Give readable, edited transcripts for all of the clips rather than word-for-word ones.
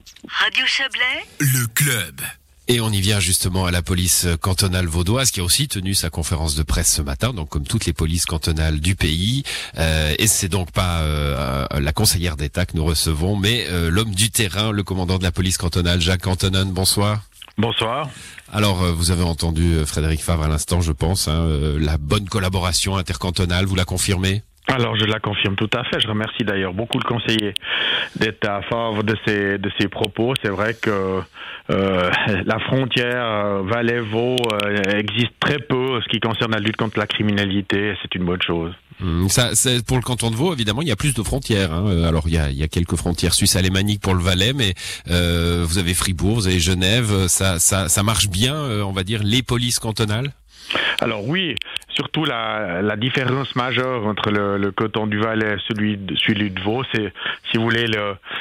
Radio Chablais, le club. Et on y vient justement à la police cantonale vaudoise qui a aussi tenu sa conférence de presse ce matin, donc comme toutes les polices cantonales du pays. Et c'est donc pas la conseillère d'État que nous recevons, mais l'homme du terrain, le commandant de la police cantonale, Jacques Antonin. Bonsoir. Bonsoir. Alors, vous avez entendu Frédéric Favre à l'instant, je pense, la bonne collaboration intercantonale, vous la confirmez ? Alors, je la confirme tout à fait. Je remercie d'ailleurs beaucoup le conseiller d'État Favre de ses propos. C'est vrai que la frontière Valais-Vaud existe très peu en ce qui concerne la lutte contre la criminalité. C'est une bonne chose. Ça, c'est pour le canton de Vaud, évidemment, il y a plus de frontières. Alors, il y a quelques frontières suisses alémaniques pour le Valais, mais vous avez Fribourg, vous avez Genève. Ça marche bien, on va dire, les polices cantonales. Alors oui, surtout la différence majeure entre le canton du Valais et celui de Vaud, c'est, si vous voulez,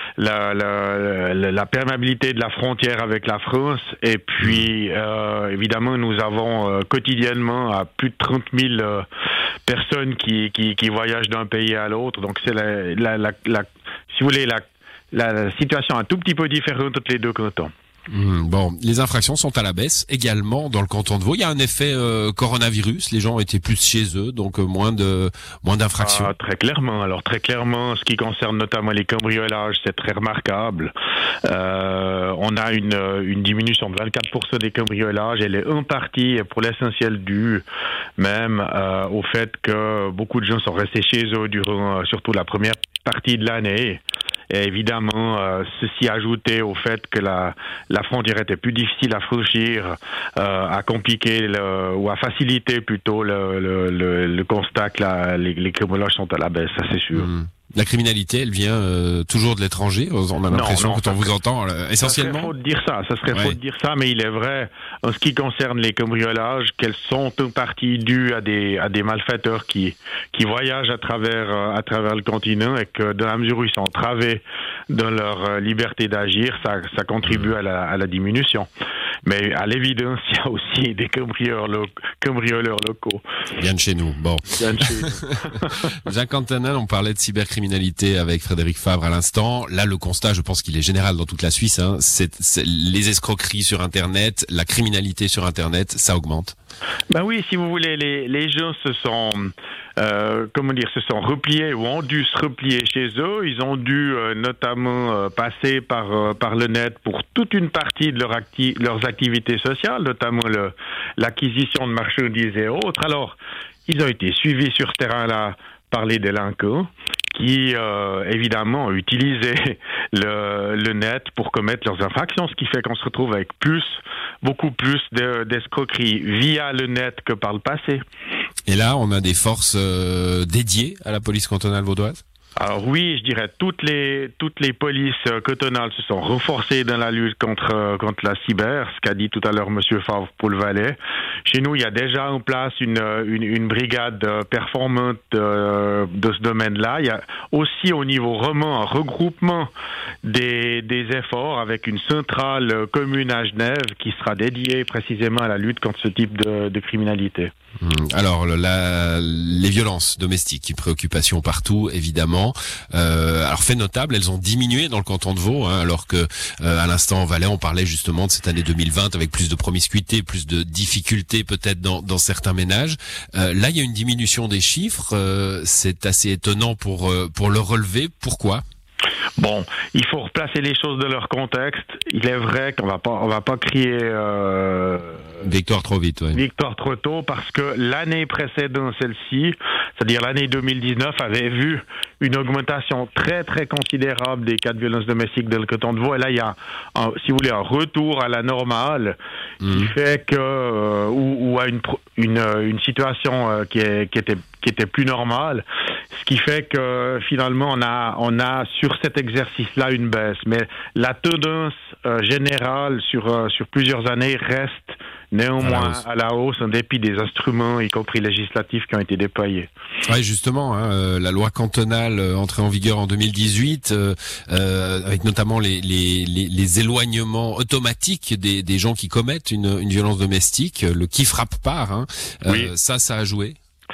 la perméabilité de la frontière avec la France. Et puis, évidemment, nous avons quotidiennement à plus de 30 000 personnes qui voyagent d'un pays à l'autre. Donc c'est si vous voulez, la situation un tout petit peu différente entre les deux cantons. Bon, les infractions sont à la baisse également dans le canton de Vaud. Il y a un effet coronavirus. Les gens étaient plus chez eux, donc moins d'infractions. Très clairement. Alors très clairement, ce qui concerne notamment les cambriolages, c'est très remarquable. On a une diminution de 24% des cambriolages. Elle est en partie, pour l'essentiel, due même au fait que beaucoup de gens sont restés chez eux durant surtout la première partie de l'année. Et évidemment, ceci ajouté au fait que la frontière était plus difficile à franchir, a compliqué ou a facilité plutôt le constat que les cambriolages sont à la baisse, ça c'est sûr. La criminalité, elle vient toujours de l'étranger. On a l'impression, quand on vous entend, essentiellement. Ça serait faux de dire ça, mais il est vrai, en ce qui concerne les cambriolages, qu'elles sont en partie dues à des malfaiteurs qui voyagent à travers le continent, et que dans la mesure où ils sont entravés dans leur liberté d'agir, ça contribue à la diminution. Mais à l'évidence, il y a aussi des cambrioleurs locaux. Bien de chez nous. Bon. Bien de chez nous. Jacques Antonin, on parlait de cybercriminalité avec Frédéric Favre à l'instant. Là, le constat, je pense qu'il est général dans toute la Suisse. C'est les escroqueries sur Internet, la criminalité sur Internet, ça augmente. Ben oui, si vous voulez, les gens se sont repliés ou ont dû se replier chez eux. Ils ont dû notamment passer par le net pour toute une partie de leurs activités sociales, notamment l'acquisition de marchandises et autres. Alors, ils ont été suivis sur ce terrain-là par les délinquants qui, évidemment, ont utilisé le net pour commettre leurs infractions, ce qui fait qu'on se retrouve avec beaucoup plus d'escroqueries via le net que par le passé. Et là, on a des forces dédiées à la police cantonale vaudoise ? Alors oui, je dirais toutes les polices cantonales se sont renforcées dans la lutte contre la cyber, ce qu'a dit tout à l'heure Monsieur Favre pour le Valais. Chez nous, il y a déjà en place une brigade performante de ce domaine-là. Il y a aussi au niveau roman un regroupement des efforts avec une centrale commune à Genève qui sera dédiée précisément à la lutte contre ce type de criminalité. Alors les violences domestiques, préoccupation partout évidemment. Alors fait notable, elles ont diminué dans le canton de Vaud, alors que à l'instant en Valais on parlait justement de cette année 2020 avec plus de promiscuité, plus de difficultés peut-être dans certains ménages. Là il y a une diminution des chiffres, c'est assez étonnant pour le relever. Pourquoi ? Bon, il faut replacer les choses dans leur contexte. Il est vrai qu'on va pas crier victoire trop vite, ouais. Victoire trop tôt, parce que l'année précédente, celle-ci, c'est-à-dire l'année 2019, avait vu une augmentation très très considérable des cas de violence domestique dans le canton de Vaud. Et là, il y a, si vous voulez, un retour à la normale qui fait que ou à une situation qui était plus normale, ce qui fait que finalement on a sur cet exercice-là une baisse. Mais la tendance générale sur plusieurs années reste néanmoins à la hausse en dépit des instruments, y compris législatifs, qui ont été déployés. Oui, justement, la loi cantonale entrée en vigueur en 2018, avec notamment les éloignements automatiques des gens qui commettent une violence domestique, le qui frappe part, Oui. ça a joué.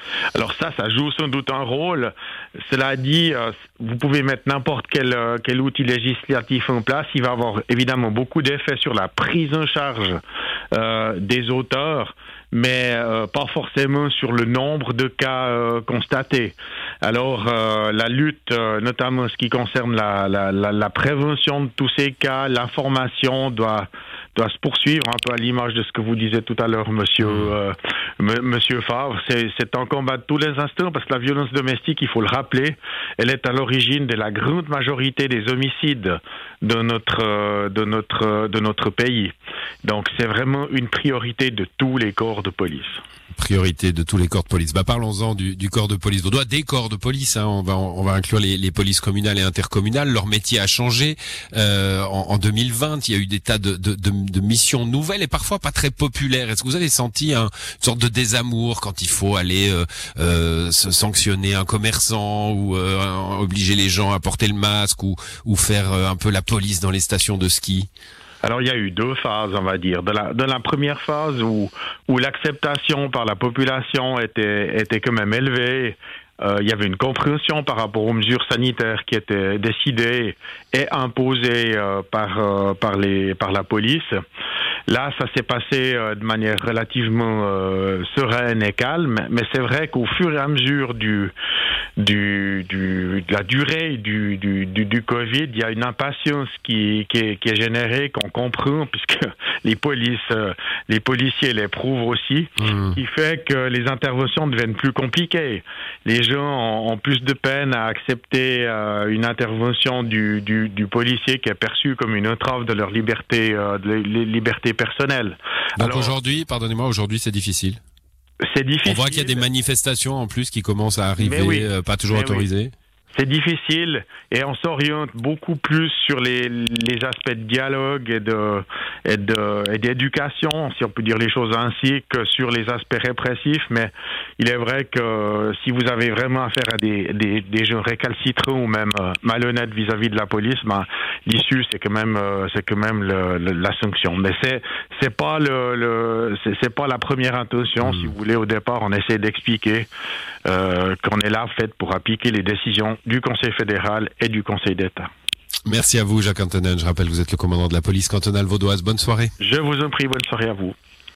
Alors ça joue sans doute un rôle. Cela dit, vous pouvez mettre n'importe quel outil législatif en place. Il va avoir évidemment beaucoup d'effets sur la prise en charge des auteurs, mais pas forcément sur le nombre de cas constatés. Alors la lutte, notamment en ce qui concerne la prévention de tous ces cas, l'information doit se poursuivre un peu à l'image de ce que vous disiez tout à l'heure, Monsieur Favre. C'est un combat de tous les instants parce que la violence domestique, il faut le rappeler, elle est à l'origine de la grande majorité des homicides de notre pays. Donc c'est vraiment une priorité de tous les corps de police. Priorité de tous les corps de police. Parlons-en du corps de police vaudois, des corps de police. On va inclure les polices communales et intercommunales. Leur métier a changé. En 2020, il y a eu des tas de missions nouvelles et parfois pas très populaires. Est-ce que vous avez senti une sorte de désamour quand il faut aller sanctionner un commerçant ou obliger les gens à porter le masque ou faire un peu la police dans les stations de ski? Alors il y a eu deux phases, on va dire. Dans la première phase où l'acceptation par la population était quand même élevée, il y avait une compréhension par rapport aux mesures sanitaires qui étaient décidées et imposées par la police. Là, ça s'est passé de manière relativement sereine et calme, mais c'est vrai qu'au fur et à mesure de la durée du Covid, il y a une impatience qui est générée, qu'on comprend, puisque les policiers l'éprouvent aussi, qui fait que les interventions deviennent plus compliquées. Les gens ont plus de peine à accepter une intervention du policier qui est perçue comme une entrave de leur liberté personnelle. Donc aujourd'hui, pardonnez-moi, c'est difficile. C'est difficile. On voit qu'il y a des manifestations en plus qui commencent à arriver, pas toujours autorisées. Oui. C'est difficile et on s'oriente beaucoup plus sur les aspects de dialogue et d'éducation, si on peut dire les choses ainsi, que sur les aspects répressifs. Mais il est vrai que si vous avez vraiment affaire à des gens récalcitrants ou même malhonnêtes vis-à-vis de la police, l'issue c'est quand même la sanction. Mais c'est pas la première intention. Si vous voulez, au départ, on essaie d'expliquer qu'on est là en fait pour appliquer les décisions du Conseil fédéral et du Conseil d'État. Merci à vous, Jacques Antonin. Je rappelle, vous êtes le commandant de la police cantonale vaudoise. Bonne soirée. Je vous en prie, bonne soirée à vous.